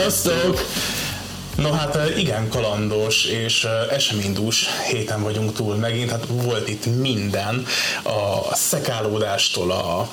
Sziasztok! No hát igen kalandos és eseménydús héten vagyunk túl megint, hát volt itt minden, a szekálódástól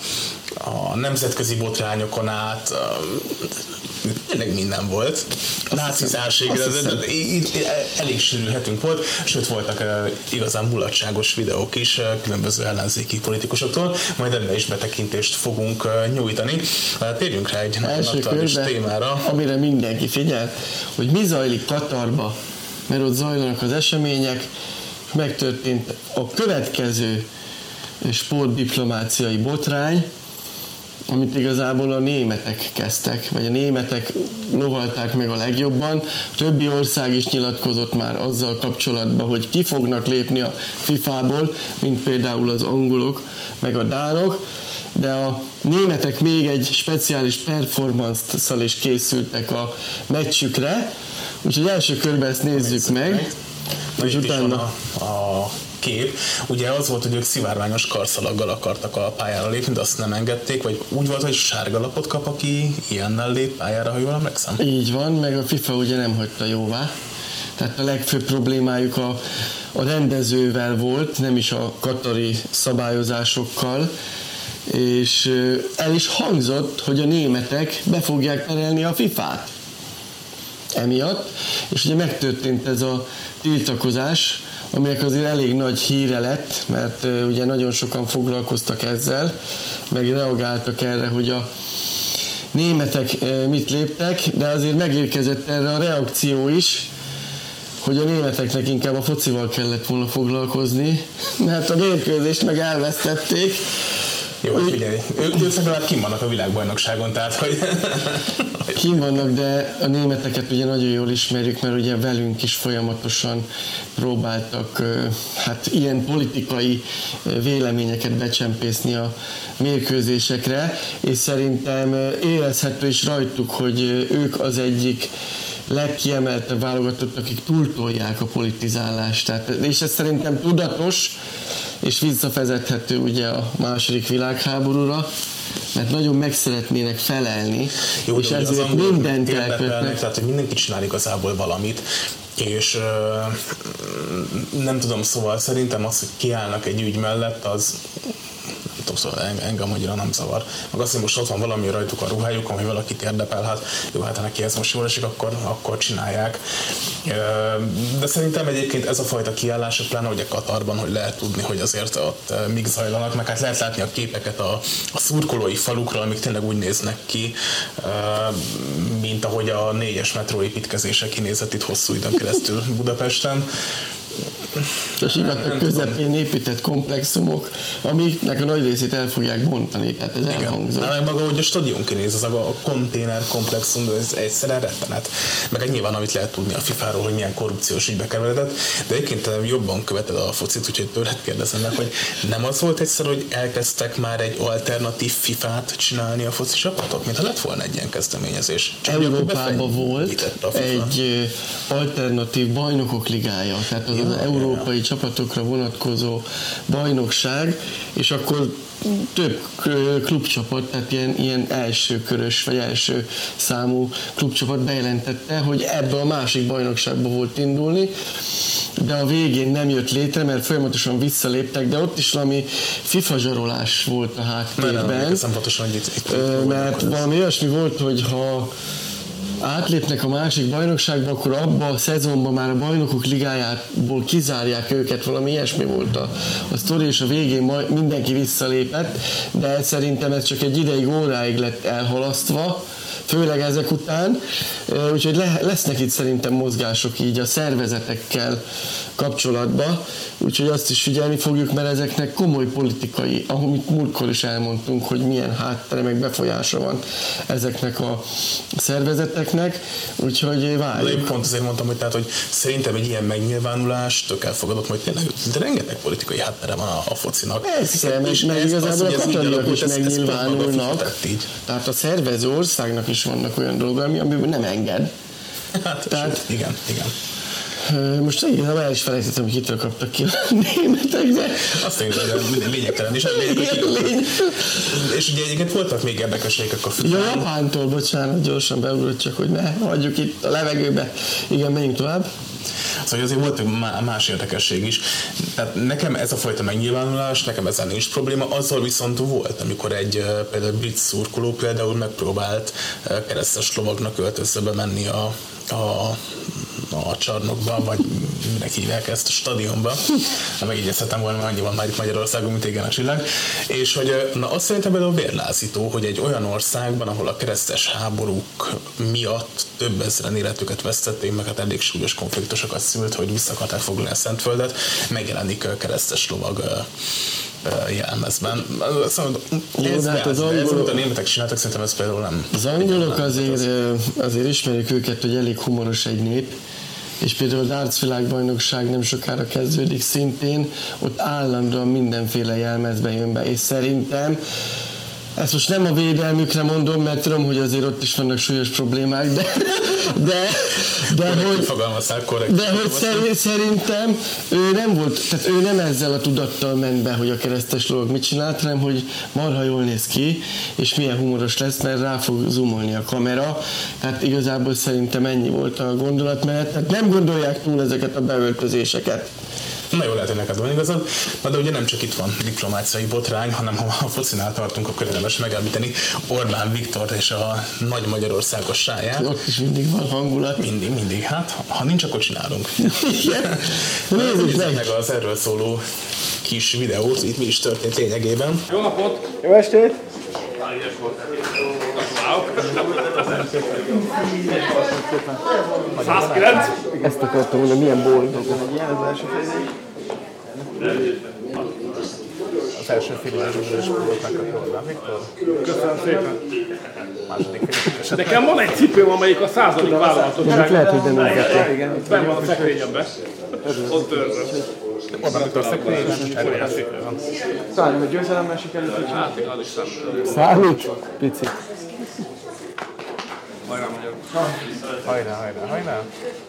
a nemzetközi botrányokon át, tényleg minden volt. A nácizálségre elég sűrűhetünk volt, sőt voltak igazán mulatságos videók is különböző ellenzéki politikusoktól, majd ebbe is betekintést fogunk nyújtani. Térjünk rá egy aktuális témára. Amire mindenki figyel, hogy mi zajlik Katarba, mert ott zajlanak az események, és megtörtént a következő sportdiplomáciai botrány, amit igazából a németek kezdtek, vagy a németek lovalták meg a legjobban. A többi ország is nyilatkozott már azzal kapcsolatban, hogy ki fognak lépni a FIFA-ból, mint például az angolok, meg a dánok, de a németek még egy speciális performance-szal is készültek a meccsükre, úgyhogy első körben ezt nézzük meg. És utána a kép. Ugye az volt, hogy ők szivárványos karszalaggal akartak a pályára lépni, de azt nem engedték, vagy úgy volt, hogy sárga lapot kap, aki ilyennel lép pályára, ha jól emlékszem? Így van, meg a FIFA ugye nem hagyta jóvá. Tehát a legfőbb problémájuk a rendezővel volt, nem is a katari szabályozásokkal, és el is hangzott, hogy a németek be fogják perelni a FIFA-t emiatt, és ugye megtörtént ez a tiltakozás, aminek azért elég nagy híre lett, mert ugye nagyon sokan foglalkoztak ezzel, meg reagáltak erre, hogy a németek mit léptek, de azért megérkezett erre a reakció is, hogy a németeknek inkább a focival kellett volna foglalkozni, mert a mérkőzést meg elvesztették. Jó, figyelj, ők legalább kim vannak a világbajnokságon, tehát hogy... Kim vannak, de a németeket ugye nagyon jól ismerjük, mert ugye velünk is folyamatosan próbáltak hát ilyen politikai véleményeket becsempészni a mérkőzésekre, és szerintem érezhető is rajtuk, hogy ők az egyik legkiemeltebb válogatott, akik túltolják a politizálást. Tehát, és ez szerintem tudatos, és visszavezethető ugye a második világháborúra, mert nagyon meg szeretnének felelni, jó, és ezért mindent elkövetnek. Tehát, hogy mindenki csinál igazából valamit, és nem tudom, szóval szerintem az, hogy kiállnak egy ügy mellett, az szóval engem annyira nem zavar. Meg azt, hogy most ott van valami rajtuk a ruhájukon, hogy valakit érdepel, hát jó, hát ha neki ez most jól esik, akkor csinálják. De szerintem egyébként ez a fajta kiállás, pláne ugye Katarban, hogy lehet tudni, hogy azért ott mik zajlanak, meg hát lehet látni a képeket a szurkolói falukról, amik tényleg úgy néznek ki, mint ahogy a 4-es metró építkezése kinézett itt hosszú időn keresztül Budapesten. A sivatag közepén épített komplexumok, amiknek a nagy részét el fogják bontani, tehát ez elhangzott. Igen, maga, hogy a stadion kinéz, az a konténer komplexum, de ez egyszerűen rettenet. Meg egy nyilván, amit lehet tudni a FIFA-ról, hogy milyen korrupciós ügybe kerülhetett, de egyébként jobban követed a focit, úgyhogy tőled kérdezem meg, hogy nem az volt egyszer, hogy elkezdtek már egy alternatív FIFA-t csinálni a foci csapatok, mintha lett volna egy ilyen kezdeményezés. Európában volt egy alternatív bajnokok ligája, tehát az európai csapatokra vonatkozó bajnokság, és akkor több klubcsapat, tehát ilyen elsőkörös vagy első számú klubcsapat bejelentette, hogy ebből a másik bajnokságba volt indulni, de a végén nem jött létre, mert folyamatosan visszaléptek, de ott is valami FIFA zsarolás volt a háttérben, mert valami olyasmi volt, hogy ha átlépnek a másik bajnokságba, akkor abban a szezonban már a bajnokok ligájából kizárják őket, valami ilyesmi volt a sztori, és a végén mindenki visszalépett, de szerintem ez csak egy ideig, óráig lett elhalasztva, főleg ezek után, úgyhogy lesznek itt szerintem mozgások így a szervezetekkel kapcsolatban, úgyhogy azt is figyelni fogjuk, mert ezeknek komoly politikai, amit múltkor is elmondtunk, hogy milyen háttere meg befolyása van ezeknek a szervezeteknek, úgyhogy várjuk. Én pont azért mondtam, hogy, tehát, hogy szerintem egy ilyen megnyilvánulás tök elfogadott, hogy tényleg de rengeteg politikai háttere van a focinak. Persze, meg igazából a katariak is megnyilvánulnak, tehát a szervező országnak is vannak olyan dolgok, amiben nem enged. Hát, tehát, igen. most igen, el is felejtettem, hogy kitől kaptak ki a németek, de... Azt én hogy lényegtelen is. És ugye egyébként voltak még érdekességek a filmben. Ja, Japántól, bocsánat, gyorsan beugrott, csak hogy ne hagyjuk itt a levegőbe. Igen, menjünk tovább. Szóval azért volt más érdekesség is. Tehát nekem ez a fajta megnyilvánulás, nekem ezzel nincs probléma, azzal viszont volt, amikor egy például brit szurkoló például megpróbált keresztes lovagnak öltözőbe menni a csarnokba, vagy minek hívják ezt a stadionba. Megjegyezhetem volna, mert annyi van már itt Magyarországon, mint égen a csillag. És hogy azt szerintem például vérlázító, hogy egy olyan országban, ahol a keresztes háborúk miatt több ezeren életüket vesztették, meg hát elég súlyos konfliktusokat szült, hogy vissza akarták foglalni a Szentföldet, megjelenik keresztes lovag jelmezben. Szóval a németek csináltak, szerintem ez például nem... Az angolok azért ismerik őket, hogy elég humoros egy nép, és például a darts világbajnokság nem sokára kezdődik szintén, ott állandóan mindenféle jelmezben jön be, és szerintem ezt most nem a védelmükre mondom, mert tudom, hogy azért ott is vannak súlyos problémák, de hogy szerintem ő nem volt, tehát ő nem ezzel a tudattal ment be, hogy a keresztes lovag mit csinált, hanem hogy marha jól néz ki, és milyen humoros lesz, mert rá fog zoomolni a kamera. Tehát igazából szerintem ennyi volt a gondolatmenet, tehát nem gondolják túl ezeket a beöltözéseket. Na jó, lehet, hogy neked van igazad, de ugye nem csak itt van diplomáciai botrány, hanem ha a focinál tartunk, akkor érdemes megemlíteni Orbán Viktor és a Nagy Magyarországos sáját. Ott is mindig van hangulat. Mindig. Hát, ha nincs, akkor csinálunk. Igen. Nézzük meg az erről szóló kis videót, itt mi is történt lényegében. Jó napot! Jó estét! 109. Ezt akartam mondani, milyen boldog. Az első fényes volt megkapja Orbán Viktor. Köszönöm szépen. Második fényes. Nekem van egy cipőm, amelyik a 100. válogatottság. Lehet, hogy nem érdekel. Igen. Benn van a szekrényemben. Ott őrzöm. Orbán Viktor szekrényes, erős cipő van. Szállni, hogy győzelemmel sikerült kicsit. Hát, az is számít. Számít? Picit. Hajrá.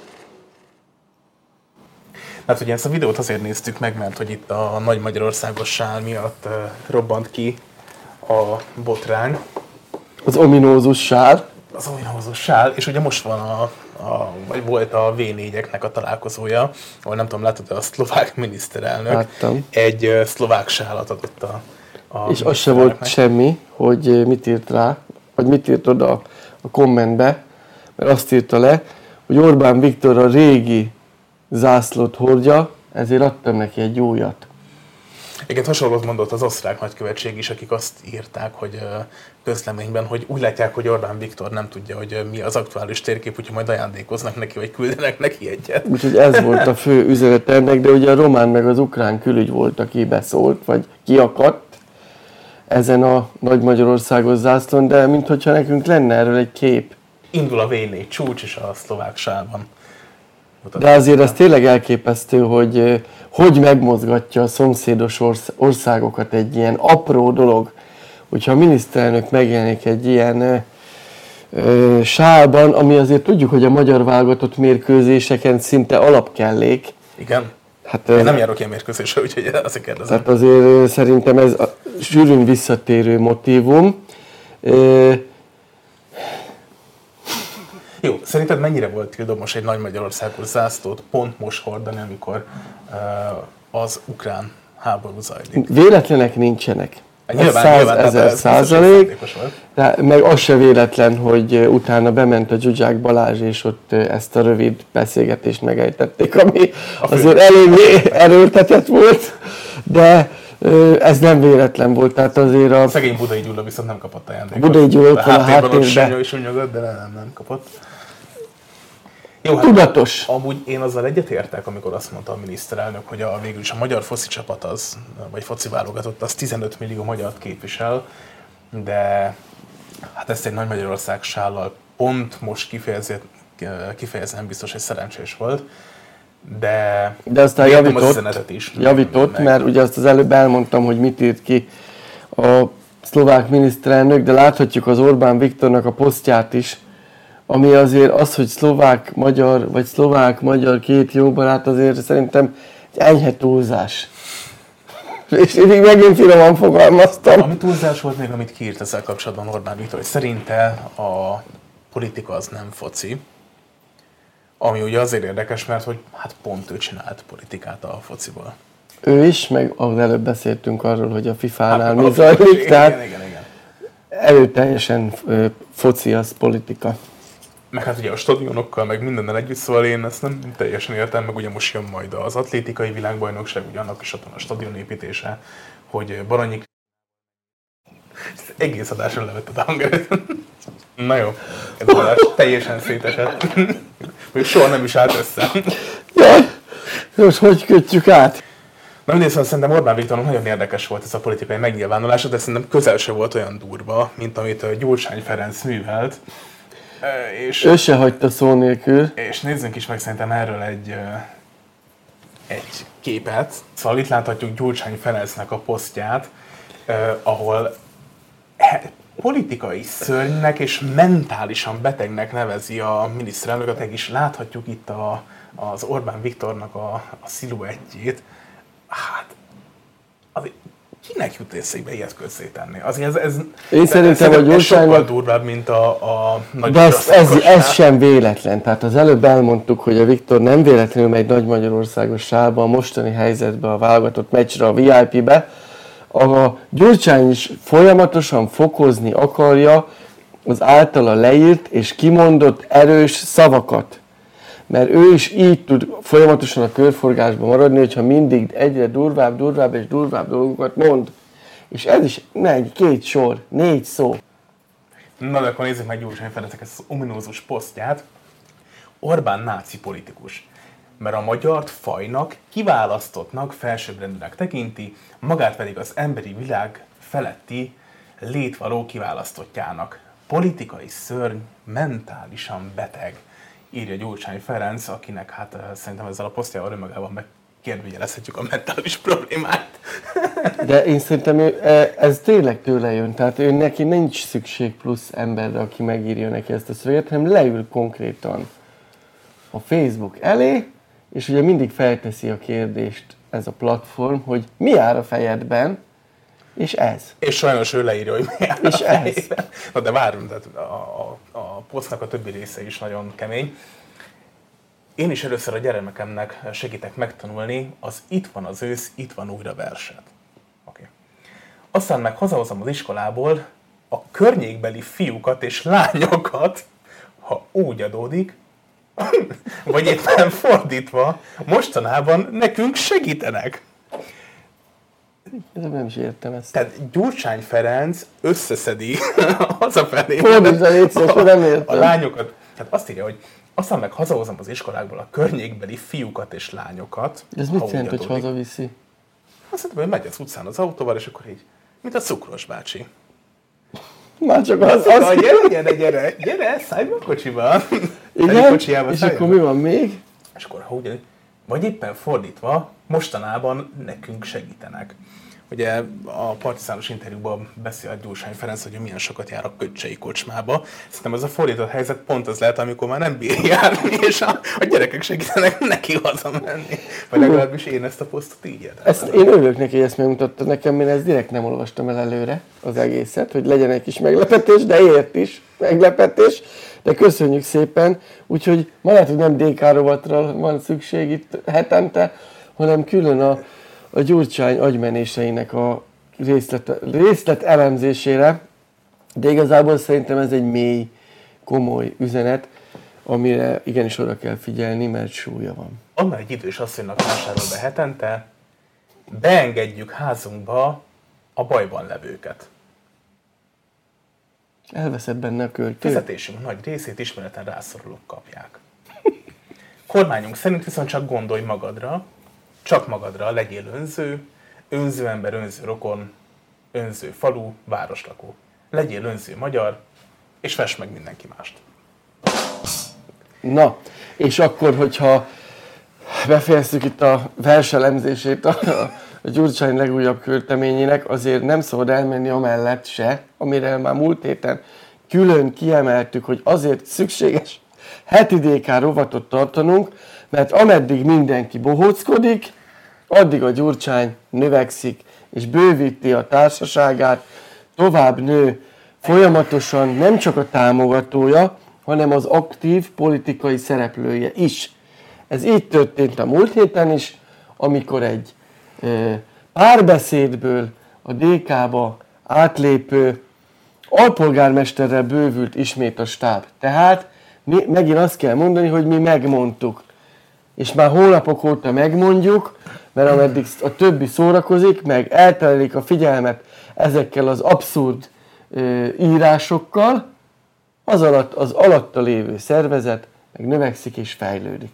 Hát ugye ezt a videót azért néztük meg, mert hogy itt a Nagy Magyarországos sál miatt robbant ki a botrány. Az ominózus sár. Az ominózus sál, és ugye most van vagy volt a V4-eknek a találkozója, ahol nem tudom, látod, a szlovák miniszterelnök Láttam. egy szlovák sálat adott a és az se volt semmi, hogy mit írt rá, vagy mit írt oda a kommentbe, mert azt írta le, hogy Orbán Viktor a régi zászlót hordja, ezért adtam neki egy újat. Igen, hasonlót mondott az osztrák nagykövetség is, akik azt írták, hogy közleményben, hogy úgy látják, hogy Orbán Viktor nem tudja, hogy mi az aktuális térkép, úgyhogy majd ajándékoznak neki, vagy küldenek neki egyet. Úgyhogy ez volt a fő üzenet ennek, de ugye a román meg az ukrán külügy volt, aki beszólt, vagy kiakadt ezen a Nagy Magyarországos zászlón, de minthogyha nekünk lenne erről egy kép. Indul a V4 csúcs is a szlovák sálban. De azért az tényleg elképesztő, hogy megmozgatja a szomszédos országokat egy ilyen apró dolog. Hogyha a miniszterelnök megjelenik egy ilyen sálban, ami azért tudjuk, hogy a magyar válogatott mérkőzéseken szinte alapkellék. Igen. Hát, én nem járok ilyen mérkőzésre, úgyhogy azért kérdezem. Tehát azért szerintem ez a sűrűn visszatérő motívum. Jó, szerinted mennyire volt tildomos egy Nagy Magyarországos zászlót pont most hordani, amikor az ukrán háború zajlik? Véletlenek nincsenek. Nyilván, 100%, de meg az se véletlen, hogy utána bement a Zsuzsák Balázs, és ott ezt a rövid beszélgetést megejtették, ami azért eléggé erőltetett volt, de ez nem véletlen volt, tehát azért a... Szegény Budai Gyula viszont nem kapott ajándékot. Budai Gyula ott van a háttérben is unyogott, de nem kapott. Jó, hát tudatos. Amúgy én azzal egyetértek, amikor azt mondta a miniszterelnök, hogy végül is a magyar foci csapat az, vagy foci válogatott, az 15 millió magyart képvisel, de hát ezt egy Nagy Magyarország sállal pont most kifejezetten biztos, hogy szerencsés volt. De aztán javított, mert ugye azt az előbb elmondtam, hogy mit írt ki a szlovák miniszterelnök, de láthatjuk az Orbán Viktornak a posztját is ami azért az, hogy szlovák-magyar, vagy szlovák-magyar két jó barát, azért szerintem egy enyhe túlzás. És így megint finoman fogalmaztam. Ami túlzás volt még, amit kiírt ezzel kapcsolatban Orbán Viktor, hogy szerinte a politika az nem foci. Ami ugye azért érdekes, mert hogy hát pont ő csinált politikát a fociból. Ő is, meg az előbb beszéltünk arról, hogy a FIFA-nál mi zajlik, tehát igen. erőteljesen foci az politika. Meg hát ugye a stadionokkal, meg mindennel együtt, szóval én ezt nem teljesen értem, meg ugye most jön majd az atlétikai világbajnokság, ugye annak is ott van a stadionépítése, hogy Baranyi... Ezt egész adáson levetted a hangerőt. Na jó, ez az adás teljesen szétesett. Még soha nem is állt össze. Jaj, most hogy kötjük át? Na mindegy, szóval szerintem Orbán Viktornak nagyon érdekes volt ez a politikai megnyilvánulása, de szerintem közel se volt olyan durva, mint amit Gyurcsány Ferenc művelt. És ő se hagyta szó nélkül. És nézzünk is meg szerintem erről egy képet. Szóval itt láthatjuk Gyurcsány Ferencnek a posztját, ahol politikai szörnynek és mentálisan betegnek nevezi a miniszterelnököt, és láthatjuk itt az Orbán Viktornak a sziluettjét. Hát, azért kinek jut eszébe ilyet közzétenni? Azért én szerintem a Gyurcsánynak... sokkal durvább, mint a nagy de ez sem véletlen. Tehát az előbb elmondtuk, hogy a Viktor nem véletlenül megy Nagy Magyarországossába, a mostani helyzetbe, a válogatott meccsre, a VIP-be. A Gyurcsány is folyamatosan fokozni akarja az általa leírt és kimondott erős szavakat. Mert ő is így tud folyamatosan a körforgásban maradni, hogyha mindig egyre durvább és durvább dolgokat mond. És ez is megy 2 sor, 4 szó. Na de akkor nézzük meg Gyurcsány Ferencnek ezt az ominózus posztját. Orbán náci politikus, mert a magyart fajnak, kiválasztottnak, felsőbbrendűnek tekinti, magát pedig az emberi világ feletti létvaló kiválasztottjának. Politikai szörny, mentálisan beteg, írja Gyurcsány Ferenc, akinek hát szerintem ezzel a posztjával önmagában megkérdőjelezhetjük a mentális problémát. De én szerintem ez tényleg tőle jön, tehát ő neki nincs szükség plusz emberre, aki megírja neki ezt a szöveget, hanem leül konkrétan a Facebook elé, és ugye mindig felteszi a kérdést ez a platform, hogy mi jár a fejedben, és ez. És sajnos ő leírja, hogy mi jár és a fejében. Na de várjunk, tehát a posztnak a többi része is nagyon kemény. Én is először a gyermekemnek segítek megtanulni az Itt van az ősz, itt van újra verset. Okay. Aztán meg hazahozom az iskolából a környékbeli fiúkat és lányokat, ha úgy adódik, vagy éppen fordítva, mostanában nekünk segítenek. Nem is értem ezt. Tehát Gyurcsány Ferenc összeszedi hazafelé a lányokat. Tehát azt írja, hogy aztán meg hazahozom az iskolákból a környékbeli fiúkat és lányokat. Ez mit jelent, hogy hazaviszi? Azt mondom, hogy megy az utcán az autóval, és akkor így, mint a Cukros bácsi. Már csak az. Gyere, szállj be a kocsiba. Igen, és akkor mi van még? És akkor, ha úgy, vagy éppen fordítva, mostanában nekünk segítenek. Ugye a partizános interjúban beszél Gyurcsány Ferenc, hogy milyen sokat jár a Köcsei kocsmába. Szerintem ez a fordított helyzet pont az lehet, amikor már nem bír járni, és a gyerekek segítenek neki hazamenni. Vagy legalábbis én ezt a posztot így értem. Én örülök neki, hogy ezt megmutatta nekem, én ezt direkt nem olvastam el előre az egészet, hogy legyen egy kis meglepetés, de ért is meglepetés. De köszönjük szépen, úgyhogy ma lehet, hogy nem DK rovatra van szükség itt hetente, hanem külön a Gyurcsány agymenéseinek a részlet elemzésére, de igazából szerintem ez egy mély, komoly üzenet, amire igenis oda kell figyelni, mert súlya van. Annál egy idős asszonynak vásárol be hetente, beengedjük házunkba a bajban levőket. Elveszed benne a költő. Fizetésünk nagy részét ismereten rászorulók kapják. Kormányunk szerint viszont csak gondolj magadra, csak magadra, legyél önző, önző ember, önző rokon, önző falu, városlakó. Legyél önző magyar, és fess meg mindenki mást. Na, és akkor, hogyha befejeztük itt a verselemzését a Gyurcsány legújabb költeményének, azért nem szabad elmenni amellett se, amire már múlt héten külön kiemeltük, hogy azért szükséges heti DK rovatot tartanunk, mert ameddig mindenki bohóckodik, addig a Gyurcsány növekszik, és bővíti a társaságát, tovább nő, folyamatosan nem csak a támogatója, hanem az aktív politikai szereplője is. Ez így történt a múlt héten is, amikor egy párbeszédből a DK-ba átlépő alpolgármesterrel bővült ismét a stáb. Tehát megint azt kell mondani, hogy mi megmondtuk. És már hónapok óta megmondjuk, mert ameddig a többi szórakozik, meg elterelik a figyelmet ezekkel az abszurd írásokkal, az alatta lévő szervezet meg növekszik és fejlődik.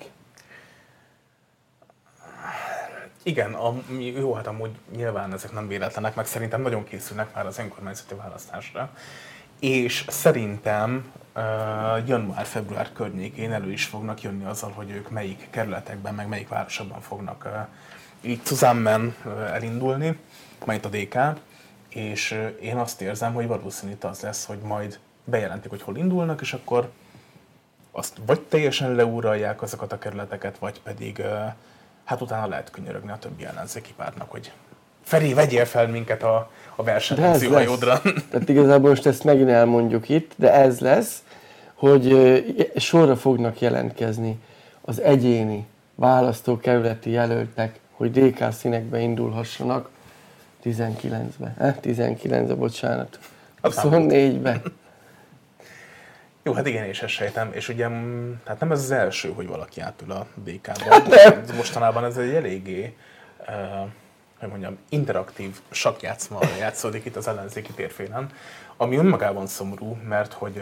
Igen, jó, hát amúgy nyilván ezek nem véletlenek, meg szerintem nagyon készülnek már az önkormányzati választásra. És szerintem január-február környékén elő is fognak jönni azzal, hogy ők melyik kerületekben, meg melyik városokban fognak így zusammen elindulni, majd a DK, és én azt érzem, hogy valószínűleg az lesz, hogy majd bejelentik, hogy hol indulnak, és akkor azt vagy teljesen leuralják azokat a kerületeket, vagy pedig hát utána lehet könyörögni a többi ellenzéki pártnak, hogy Feri, vegyél fel minket a versenyzőhajódra. Tehát igazából most ezt megint elmondjuk itt, de ez lesz, hogy sorra fognak jelentkezni az egyéni választókerületi jelöltek, hogy DK színekbe indulhassanak 19-be. 19-be, bocsánat. 24-be. Jó, hát igen, és ezt sejtem. És ugye, hát nem ez az első, hogy valaki átül a DK-ba. Hát mostanában ez egy eléggé, hogy mondjam, interaktív sakkjátszma játszódik itt az ellenzéki térfélen, ami önmagában szomorú, mert hogy,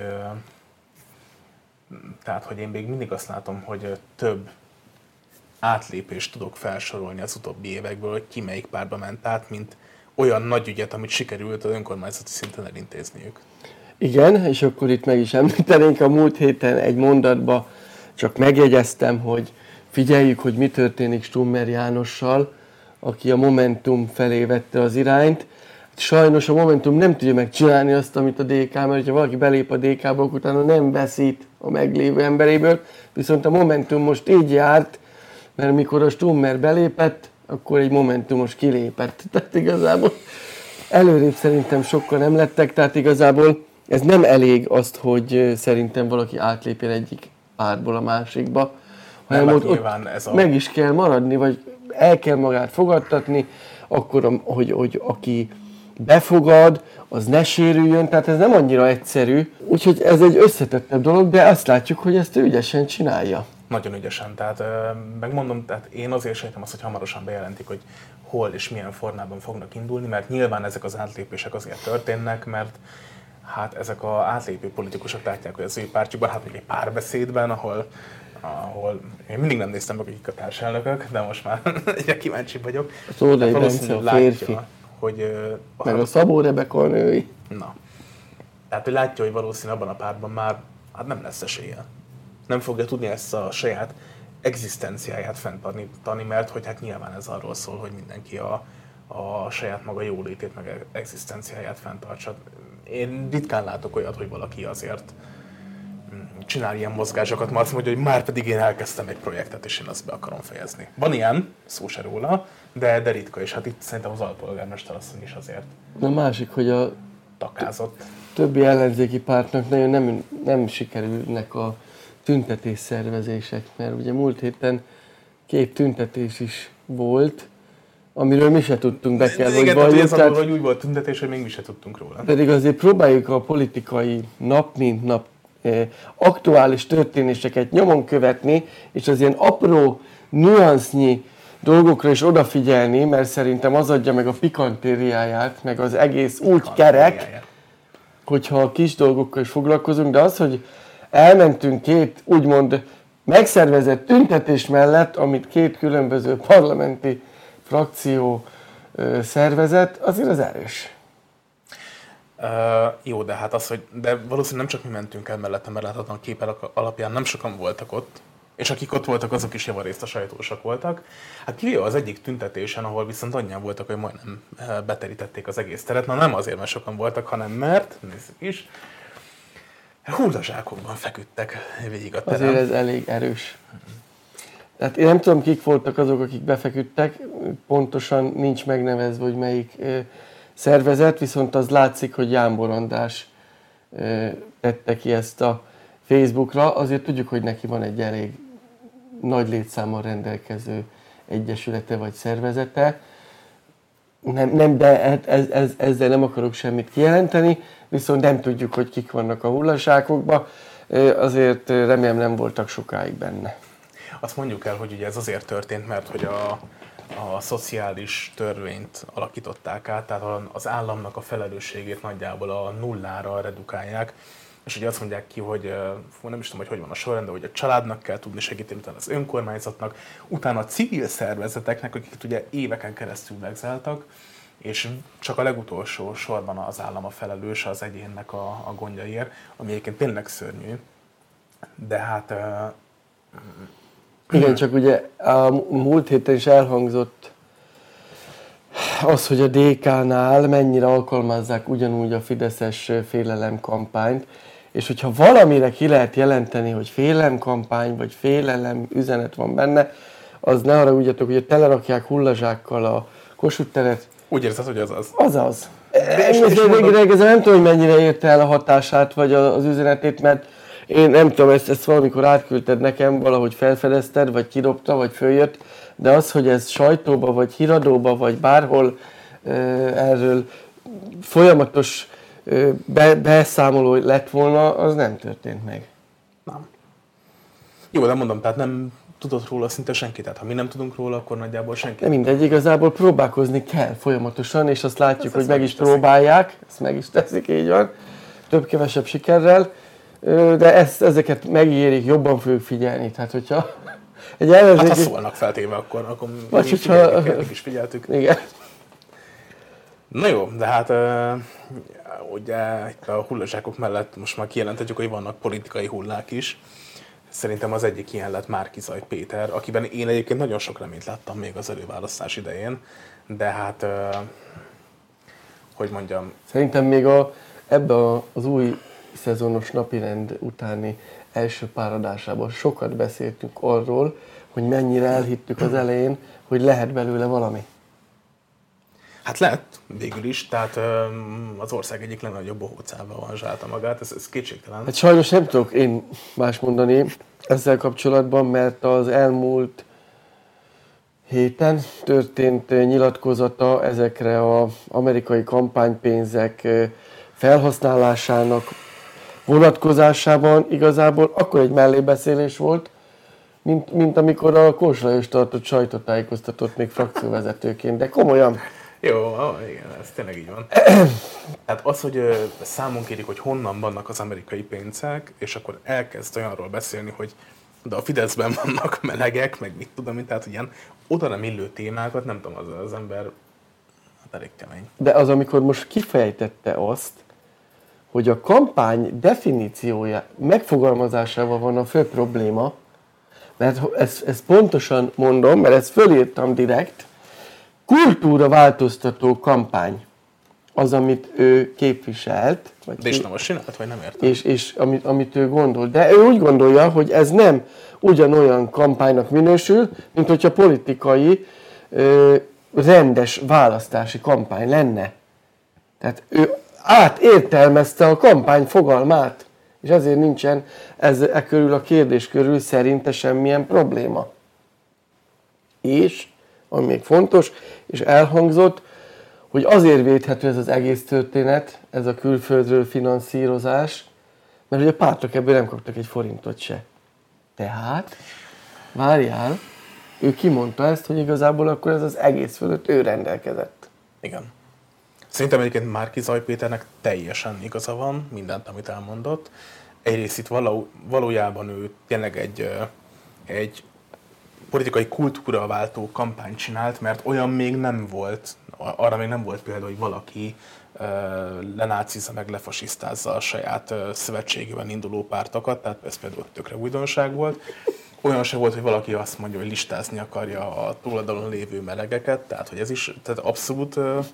tehát, hogy én még mindig azt látom, hogy több átlépést tudok felsorolni az utóbbi évekből, hogy ki melyik párba ment át, mint olyan nagy ügyet, amit sikerült az önkormányzati szinten elintézniük. Igen, és akkor itt meg is említenénk, a múlt héten egy mondatba csak megjegyeztem, hogy figyeljük, hogy mi történik Stummer Jánossal, aki a Momentum felé vette az irányt. Sajnos a Momentum nem tudja megcsinálni azt, amit a DK, mert ha valaki belép a DK-ba, akkor utána nem veszít a meglévő emberéből. Viszont a Momentum most így járt, mert mikor a Stummer belépett, akkor egy Momentumos kilépett. Tehát igazából előrébb szerintem sokkal nem lettek, tehát igazából ez nem elég azt, hogy szerintem valaki átlépjen egyik pártból a másikba, hanem ott meg is kell maradni, vagy el kell magát fogadtatni, akkor, hogy aki befogad, az ne sérüljön, tehát ez nem annyira egyszerű. Úgyhogy ez egy összetettebb dolog, de azt látjuk, hogy ezt ő ügyesen csinálja. Nagyon ügyesen, tehát megmondom, tehát én azért sejtem azt, hogy hamarosan bejelentik, hogy hol és milyen formában fognak indulni, mert nyilván ezek az átlépések azért történnek, mert hát ezek az átlépő politikusok látják, hogy az ő pártjukban, hát még egy párbeszédben, ahol én mindig nem néztem meg, akik a társelnökök, de most már egyre kíváncsi vagyok. A Tódai Bence a férfi, látja, hogy, meg a Szabó Rebeka a női. Na. Tehát, hogy látja, hogy valószínűleg abban a pártban már nem lesz esélye. Nem fogja tudni ezt a saját egzisztenciáját fenntartani, mert hogy hát nyilván ez arról szól, hogy mindenki a saját maga jólétét, meg egzisztenciáját fenntartsa. Én ritkán látok olyat, hogy valaki azért csinál ilyen mozgásokat, mert azt mondja, hogy már pedig én elkezdtem egy projektet, és én azt be akarom fejezni. Van ilyen, szó se róla, de ritka, és hát itt szerintem az alpolgármester asszony is azért a másik, hogy a takázott. Többi ellenzéki pártnak nagyon nem sikerülnek a tüntetésszervezések, mert ugye múlt héten 2 tüntetés is volt, amiről mi se tudtunk, be kell, hogy valljunk. Igen, hogy úgy volt tüntetés, hogy még mi se tudtunk róla. Pedig azért próbáljuk a politikai nap mint nap aktuális történéseket nyomon követni, és az ilyen apró, nüansznyi dolgokra is odafigyelni, mert szerintem az adja meg a pikantériáját, meg az egész úgy kerek, hogyha a kis dolgokkal is foglalkozunk, de az, hogy elmentünk 2 úgymond megszervezett tüntetés mellett, amit 2 különböző parlamenti frakció szervezett, azért az erős. Jó, de hát az, hogy de valószínűleg nem csak mi mentünk el mellette, mert láthatóan képek alapján nem sokan voltak ott, és akik ott voltak, azok is javarészt a sajtósak voltak. Hát kivéve az egyik tüntetésen, ahol viszont annyian voltak, hogy majdnem beterítették az egész teret. Na nem azért, mert sokan voltak, hanem mert, nézzük is, hullazsákokban feküdtek végig a terem. Azért ez elég erős. Tehát én nem tudom, kik voltak azok, akik befeküdtek, pontosan nincs megnevezve, hogy melyik szervezet, viszont az látszik, hogy Jámbor András tette ki ezt a Facebookra. Azért tudjuk, hogy neki van egy elég nagy létszámmal rendelkező egyesülete vagy szervezete. De ezzel nem akarok semmit kijelenteni, viszont nem tudjuk, hogy kik vannak a hullaságokban. Azért remélem nem voltak sokáig benne. Azt mondjuk el, hogy ugye ez azért történt, mert hogy a szociális törvényt alakították át, tehát az államnak a felelősségét nagyjából a nullára redukálják, és ugye azt mondják ki, hogy nem is tudom, hogy van a sorrend, de hogy a családnak kell tudni segíteni, utána az önkormányzatnak, utána a civil szervezeteknek, akik ugye éveken keresztül megzáltak, és csak a legutolsó sorban az állam a felelős az egyénnek a gondjaiért, ami egyébként tényleg szörnyű. De hát... Igen, csak ugye a múlt héten is elhangzott az, hogy a DK-nál mennyire alkalmazzák ugyanúgy a fideszes félelemkampányt, és hogyha valamire ki lehet jelenteni, hogy félelemkampány vagy félelem üzenet van benne, az ne haragudjatok, hogy telerakják hullazsákkal a Kossuth teret. Úgy érzed, hogy az az? Azaz. Végre nem tudom, hogy mennyire érte el a hatását vagy az üzenetét, mert én nem tudom, ezt valamikor átküldted nekem, valahogy felfedezted, vagy kidobta, vagy följött, de az, hogy ez sajtóba, vagy híradóba, vagy bárhol erről folyamatos beszámoló lett volna, az nem történt meg. Nem. Jó, de mondom, tehát nem tudott róla szinte senki, tehát ha mi nem tudunk róla, akkor nagyjából senki. De mindegy, igazából próbálkozni kell folyamatosan, és azt látjuk, hogy meg is próbálják, ezt meg is teszik, így van, több-kevesebb sikerrel. De ezeket megígérik, jobban fogjuk figyelni. Tehát, hogyha egy ellenzéki... Hát ha szólnak feltéve, akkor vagy hogyha... mi is figyeltük. Igen. Na jó, de hát ugye itt a hullazsákok mellett most már kijelenthetjük, hogy vannak politikai hullák is. Szerintem az egyik ilyen lett Márki-Zay Péter, akiben én egyébként nagyon sok reményt láttam még az előválasztás idején, de hát, hogy mondjam... Szerintem még ebben az új szezonos napirend utáni első pár adásában sokat beszéltünk arról, hogy mennyire elhittük az elején, hogy lehet belőle valami. Hát lett végül is, tehát az ország egyik legnagyobb bohócával aranzsálta magát, ez kétségtelen. Hát sajnos nem tudok én más mondani ezzel kapcsolatban, mert az elmúlt héten történt nyilatkozata ezekre az amerikai kampánypénzek felhasználásának vonatkozásában igazából akkor egy mellébeszélés volt, mint amikor a Kós Lajos tartott sajtótájékoztatót még frakcióvezetőként, de komolyan. Jó, igen, ez tényleg így van. Tehát az, hogy számon kérik, hogy honnan vannak az amerikai pénzek, és akkor elkezd olyanról beszélni, hogy de a Fideszben vannak melegek, meg mit tudom én, tehát ilyen oda nem illő témákat, nem tudom, az ember hát elég kemény. De az, amikor most kifejtette azt, hogy a kampány definíciója, megfogalmazásával van a fő probléma, mert ezt pontosan mondom, mert ezt fölírtam direkt, kultúra változtató kampány az, amit ő képviselt. De és nem most csinált, vagy nem értem? És amit ő gondol. De ő úgy gondolja, hogy ez nem ugyanolyan kampánynak minősül, mint hogyha politikai, rendes választási kampány lenne. Tehát ő átértelmezte a kampány fogalmát, és ezért nincsen körül a kérdés körül szerinte semmilyen probléma. És, ami még fontos, és elhangzott, hogy azért védhető ez az egész történet, ez a külföldről finanszírozás, mert ugye a pártok ebből nem kaptak egy forintot se. Tehát, várjál, ő kimondta ezt, hogy igazából akkor ez az egész fölött ő rendelkezett. Igen. Szerintem egyébként Márki-Zay Péternek teljesen igaza van, mindent, amit elmondott. Egyrészt itt valójában ő tényleg egy politikai kultúra váltó kampányt csinált, mert olyan még nem volt, arra még nem volt például, hogy valaki lenácizza meg lefasisztázza a saját szövetségében induló pártokat, tehát ez például tökre újdonság volt. Olyan se volt, hogy valaki azt mondja, hogy listázni akarja a túloldalon lévő melegeket, tehát hogy ez is tehát abszolút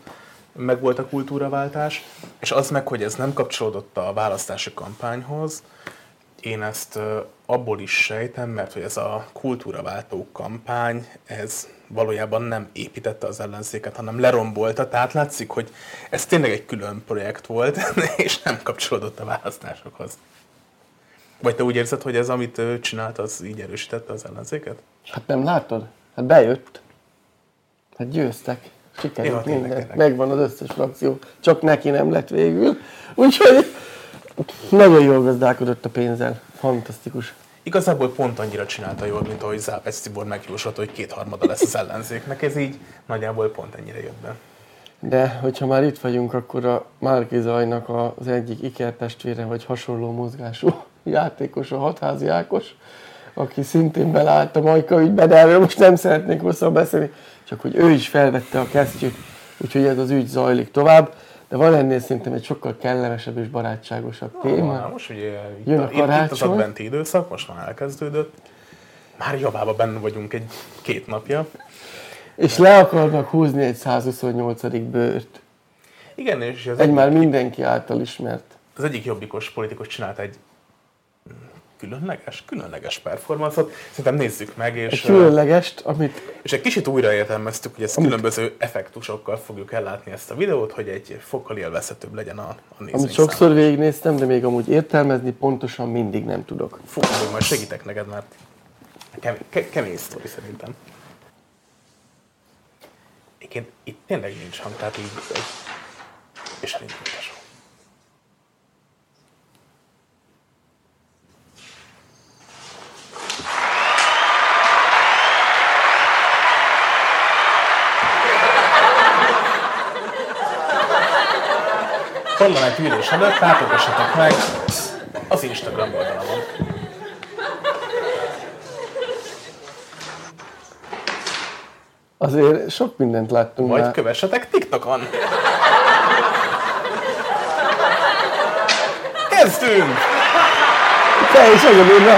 megvolt a kultúraváltás, és az meg, hogy ez nem kapcsolódott a választási kampányhoz, én ezt abból is sejtem, mert hogy ez a kultúraváltó kampány, ez valójában nem építette az ellenzéket, hanem lerombolta. Tehát látszik, hogy ez tényleg egy külön projekt volt, és nem kapcsolódott a választásokhoz. Vagy te úgy érzed, hogy ez, amit ő csinált, az így erősítette az ellenzéket? Hát nem látod? Hát bejött. Hát győztek. Sikerült minden. Tényleg. Megvan az összes frakció. Csak neki nem lett végül. Úgyhogy nagyon jól gazdálkodott a pénzzel. Fantasztikus. Igazából pont annyira csinálta jól, mint ahogy Zápec Tibor megjósolta, hogy 2/3 lesz az ellenzéknek. Ez így nagyjából pont ennyire jött be. De hogyha már itt vagyunk, akkor a Márki Zajnak az egyik ikertestvére, vagy hasonló mozgású játékos, a Hatházi Ákos, aki szintén beleállt a Majka ügybe, de erről most nem szeretnék hosszan beszélni, csak hogy ő is felvette a kesztyűt, úgyhogy ez az ügy zajlik tovább. De van ennél szerintem egy sokkal kellemesebb és barátságosabb téma. Most ugye jön a karácsony. Itt az adventi időszak, most már elkezdődött. Már javában benne vagyunk egy 2 napja. És le akarnak húzni egy 128. bőrt. Igen, és Egy már mindenki által ismert. az egyik jobbikos politikus csinált egy különleges performance-ot. Szerintem nézzük meg, és... Egy különlegest, amit... És egy kicsit újraértelmeztük, hogy ezt különböző effektusokkal fogjuk ellátni ezt a videót, hogy egy fokkal élvezhetőbb legyen a nézőink Amit sokszor végignéztem, de még amúgy értelmezni pontosan mindig nem tudok. Fú, majd segítek neked, mert kemény sztori szerintem. Egyébként itt tényleg nincs hang, tehát így és elindult a show. Parlament ülés előtt látogassatok meg az Instagram oldalamon. Azért sok mindent láttunk Vagy már. kövessetek TikTokon! Kezdünk! Te is egyedülre.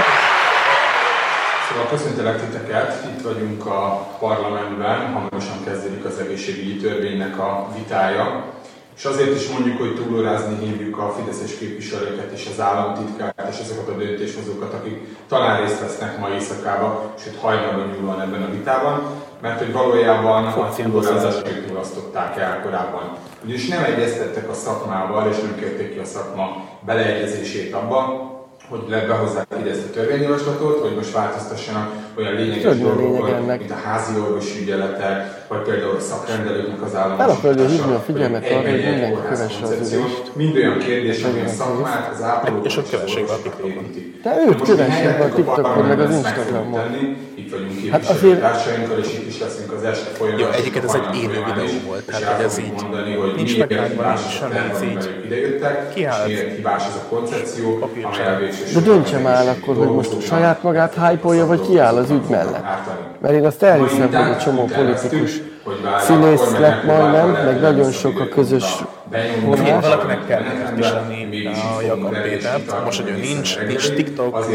Szóval köszöntelek titeket, itt vagyunk a parlamentben, hamarosan kezdődik az egészségügyi törvénynek a vitája. És azért is mondjuk, hogy túlórázni hívjuk a fideszes képviselőket és az államtitkárt és azokat a döntéshozókat, akik talán részt vesznek ma éjszakába, sőt hajnalban nyúlóan ebben a vitában, mert hogy valójában a túlórázást mulasztották el korábban. Ugyanis nem egyeztettek a szakmával, és nem kérték ki a szakma beleegyezését abban, hogy behozzák ide ezt a törvényjavaslatot, hogy most változtassanak olyan lényeges dolgokon, mint a házi orvosi ügyeletek, vagy például a szakrendelőknek az államosítása. El akarja hívni a figyelmet arra, hogy mindenki kövesse az ülést. Mind olyan kérdés, ami a szakmát, az ápolókat és ott kövessék a TikTokon. Te őt kövessék a TikTokon, meg az Instagramon. Itt vagyunk Hát azért... képviselőtársainkkal, és itt is leszünk az este folyamán. Jó, egyébként ez egy élő videó volt, tehát hogy ez így nincs megvágva, nincs semmi, ez így kiállt. Hibás ez a koncepció, amely de döntse már akkor, hogy most saját magát hype-olja, vagy kiáll az ügy mellett. Mert én azt elhiszem, hogy egy csomó politikus színész lett majdnem, meg nagyon sok a közös Figyelj, valakinek kell megképviselni a Jakab Pétert. Most, hogy ő nincs TikTok,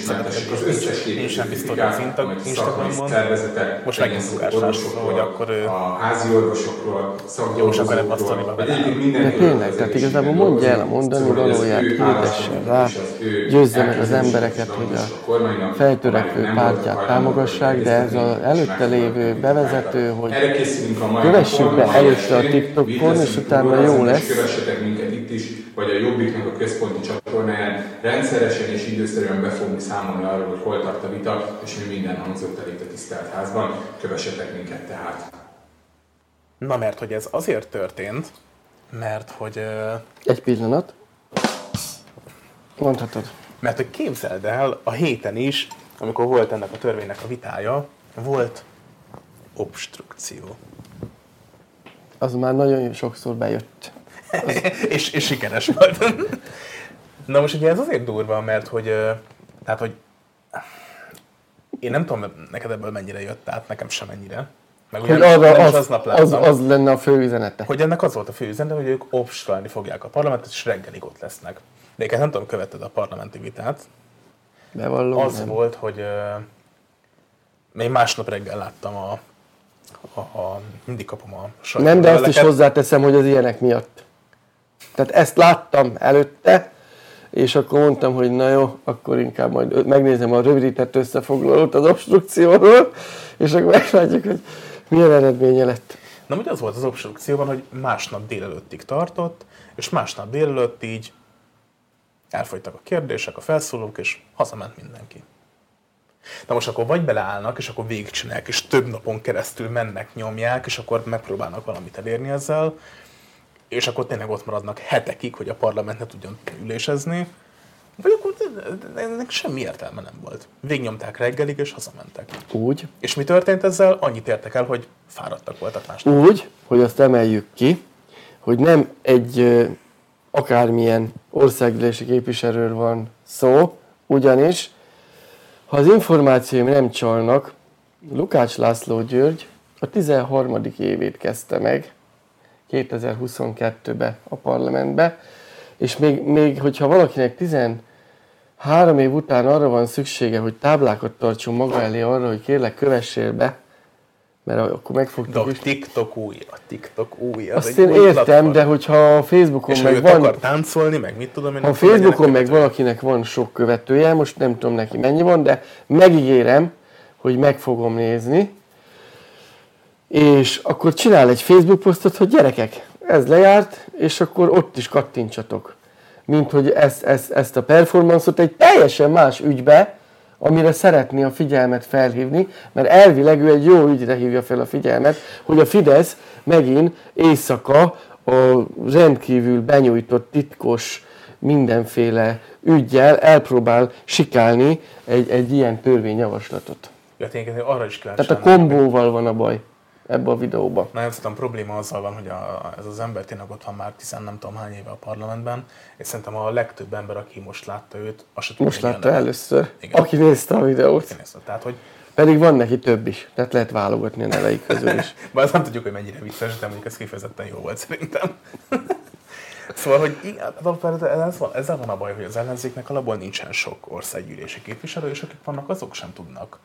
nincs semmi sztori az Instagramon. Most megint Fugáslászló, hogy akkor ő házi orvosokról, szakgyógyozókról, de tényleg, tehát igazából mondja el a mondani valóját, hirdessen rá, győzze meg az embereket, hogy a feltörekvő pártját támogassák, de ez az előtte lévő bevezető, hogy kövessük be előtte a TikTokon, és utána jó lesz. Kövessetek minket itt is, vagy a Jobbiknak a központi csatornáján. Rendszeresen és időszerűen be fogunk számolni arról, hogy hol tart a vita, és mi minden hangzott el itt a tisztelt házban. Kövessetek minket tehát. Na, mert hogy ez azért történt, mert hogy... Egy pillanat. Mondhatod. Mert hogy képzeld el, a héten is, amikor volt ennek a törvénynek a vitája, volt obstrukció. Az már nagyon sokszor bejött. és sikeres volt. Na most ugye ez azért durva, mert hogy, tehát, hogy én nem tudom, neked ebből mennyire jött át, nekem sem ennyire. Meg hogy arra az lenne a fő üzenete. Hogy ennek az volt a fő üzenete, hogy ők obstruálni fogják a parlamentet, és reggelig ott lesznek. De én nem tudom, követted a parlamenti vitát. Bevallom, az nem. volt, hogy még másnap reggel láttam a mindig kapom a Nem, de azt is hozzáteszem, hogy az ilyenek miatt. Tehát ezt láttam előtte, és akkor mondtam, hogy na jó, akkor inkább majd megnézem a rövidített összefoglalót az obstrukcióról, és akkor meglátjuk, hogy milyen eredménye lett. Na, ugye az volt az obstrukcióban, hogy másnap délelőttig tartott, és másnap délelőtt így elfogytak a kérdések, a felszólók, és hazament mindenki. Na most akkor vagy beleállnak, és akkor végigcsinálják, és több napon keresztül mennek, nyomják, és akkor megpróbálnak valamit elérni ezzel, és akkor tényleg ott maradnak hetekig, hogy a parlament ne tudjon ülésezni, vagy akkor ennek semmi értelme nem volt. Végignyomták reggelig, és hazamentek. Úgy. És mi történt ezzel? Annyit értek el, hogy fáradtak voltak másnap. Úgy, hogy azt emeljük ki, hogy nem egy akármilyen országgyűlési képviselőről van szó, ugyanis, ha az információim nem csalnak, Lukács László György a 13. évét kezdte meg 2022-ben a parlamentbe, és még hogyha valakinek 13 év után arra van szüksége, hogy táblákat tartson maga elé arra, hogy kérlek, kövessél be, mert akkor megfogtuk is. TikTok új. Azt én értem, de hogyha a Facebookon és meg van... akar táncolni, meg mit tudom én... Ha a Facebookon meg valakinek van sok követője, most nem tudom neki mennyi van, de megígérem, hogy meg fogom nézni, és akkor csinál egy Facebook posztot, hogy gyerekek, ez lejárt, és akkor ott is kattintsatok. Mint hogy ezt a performance-ot egy teljesen más ügybe, amire szeretné a figyelmet felhívni, mert elvileg ő egy jó ügyre hívja fel a figyelmet, hogy a Fidesz megint éjszaka a rendkívül benyújtott titkos mindenféle üggyel elpróbál sikálni egy ilyen törvényjavaslatot. Ja, tényleg arra is kíváncsi. Tehát a kombóval van a baj ebbe a videóba. Na, szerintem probléma azzal van, hogy ez az ember tényleg ott van már 10 nem tudom hány éve a parlamentben, és szerintem a legtöbb ember, aki most látta őt, azt se tudja, most látta először, igen. Aki nézte a videót. Tehát, hogy... Pedig van neki több is, tehát lehet válogatni a neveik közül is. Bár azt nem tudjuk, hogy mennyire vicces, de mondjuk ez kifejezetten jó volt szerintem. Szóval, hogy ezzel van a baj, hogy az ellenzéknek alapból nincsen sok országgyűlési képviselő, és akik vannak, azok sem tudnak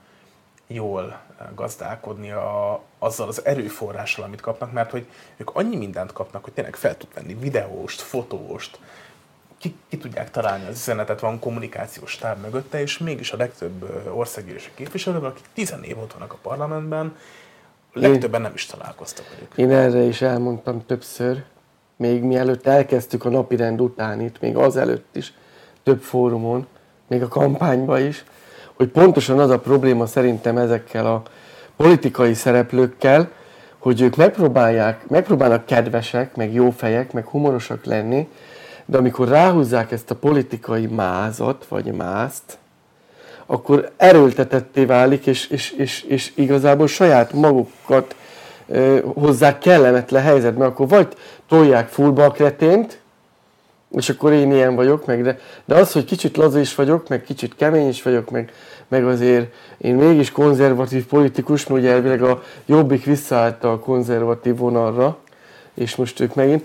jól gazdálkodni azzal az erőforrással, amit kapnak, mert hogy ők annyi mindent kapnak, hogy tényleg fel tud venni videóst, fotóst, ki tudják találni az üzenetet, van kommunikációs stáb mögötte, és mégis a legtöbb országgyűlési képviselővel, akik 10 év ott vannak a parlamentben, legtöbben nem is találkoztak velük. Én erre is elmondtam többször, még mielőtt elkezdtük a napirend után itt, még azelőtt is, több fórumon, még a kampányban is, hogy pontosan az a probléma szerintem ezekkel a politikai szereplőkkel, hogy ők megpróbálnak kedvesek, meg jófejek, meg humorosak lenni, de amikor ráhúzzák ezt a politikai mázat, vagy mázt, akkor erőltetetté válik, és igazából saját magukat hozzák kellemetlen helyzetbe, akkor vagy tolják fullba a kretént, és akkor én ilyen vagyok, de az, hogy kicsit laza is vagyok, meg kicsit kemény is vagyok, meg azért én mégis konzervatív politikus, mert ugye elvileg a Jobbik visszaállt a konzervatív vonalra, és most ők megint,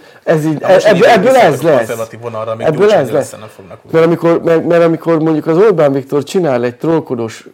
ebből ez lesz. Ebből ez lesz. Mert amikor mondjuk az Orbán Viktor csinál egy trollkodós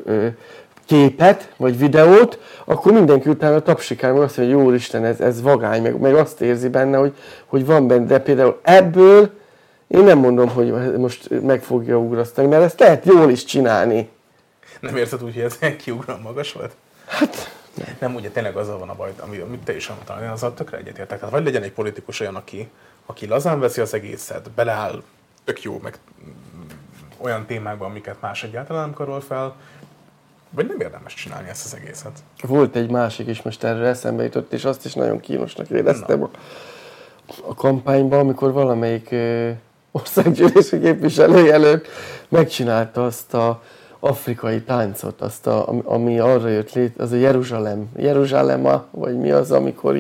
képet, vagy videót, akkor mindenki utána tapsikál, meg azt mondja, hogy Úristen, ez vagány, meg azt érzi benne, hogy van benne, de például ebből én nem mondom, hogy most meg fogja ugrasztani, mert ezt lehet jól is csinálni. Nem érzed úgy, hogy ez kiugran magas volt? Hát... Nem, ugye tényleg azzal van a baj, amit te is mondtál, én azzal tökre egyetértek. Tehát vagy legyen egy politikus olyan, aki lazán veszi az egészet, beleáll, tök jó, meg olyan témákban, amiket más egyáltalán nem karol fel, vagy nem érdemes csinálni ezt az egészet. Volt egy másik is, most erről eszembe jutott, és azt is nagyon kínosnak éreztem a kampányban, amikor valamelyik országgyűlési képviselőjelölt megcsinálta azt a afrikai táncot, ami arra jött létre, az a Jeruzsálema, vagy mi az, amikor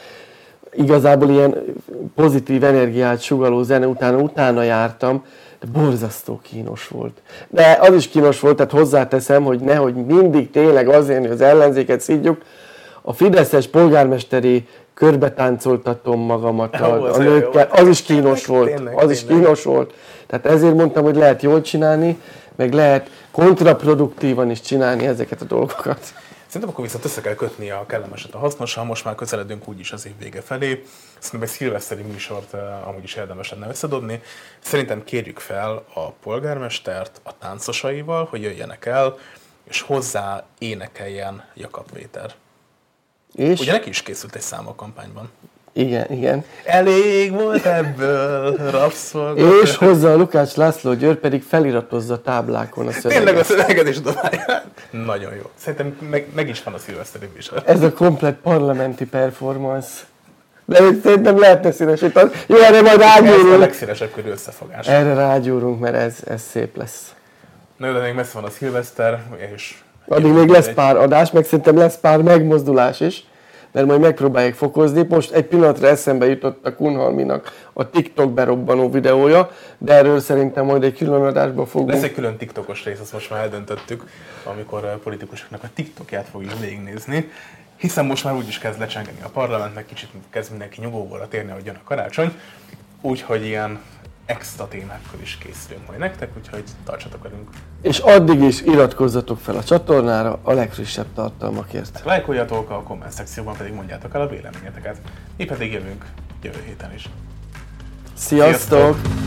igazából ilyen pozitív energiát sugalló zene utána jártam, de borzasztó kínos volt. De az is kínos volt, tehát hozzáteszem, hogy nehogy mindig tényleg azért, hogy az ellenzéket szidjuk, a fideszes polgármesteri körbetáncoltatom magamat a nőkkel, az is kínos volt, az is kínos volt. Tehát ezért mondtam, hogy lehet jól csinálni, meg lehet kontraproduktívan is csinálni ezeket a dolgokat. Szerintem akkor viszont össze kell kötni a kellemeset a hasznossal, most már közeledünk úgyis az év vége felé. Szerintem egy szilveszteri műsort amúgy is érdemes lenne összedobni. Szerintem kérjük fel a polgármestert a táncosaival, hogy jöjjenek el, és hozzá énekeljen Jakab Péter. És? Ugye neki is készült egy szám a kampányban. Igen. Elég volt ebből, rabszolga. És hozzá a Lukács László Győr pedig feliratozza táblákon a szöveget. Tényleg a szöveget is dobálja. Nagyon jó. Szerintem meg is van a szilveszteri műsor. Ez a komplett parlamenti performance. De szerintem lehetne színesíteni. Jó, erre majd Ez a rágyúrunk. legszélesebb körű összefogás. Erre rágyúrunk, mert ez szép lesz. Na jó, de még messze van a szilveszter, és... Addig még lesz pár adás, meg szerintem lesz pár megmozdulás is, mert majd megpróbálják fokozni. Most egy pillanatra eszembe jutott a Kunhalminak a TikTok berobbanó videója, de erről szerintem majd egy külön adásban fogunk. Lesz egy külön TikTokos rész, azt most már eldöntöttük, amikor politikusoknak a TikTokját fogjuk végignézni, hiszen most már úgyis kezd lecsengeni a parlament, meg kicsit kezd mindenki nyugovóra térni, ahogy jön a karácsony, úgyhogy ilyen extra témákkal is készülünk majd nektek, úgyhogy tartsatok velünk. És addig is iratkozzatok fel a csatornára a legfrissebb tartalmakért. Lájkoljatok, a komment szekcióban pedig mondjátok el a véleményeteket. Mi pedig jövünk jövő héten is. Sziasztok!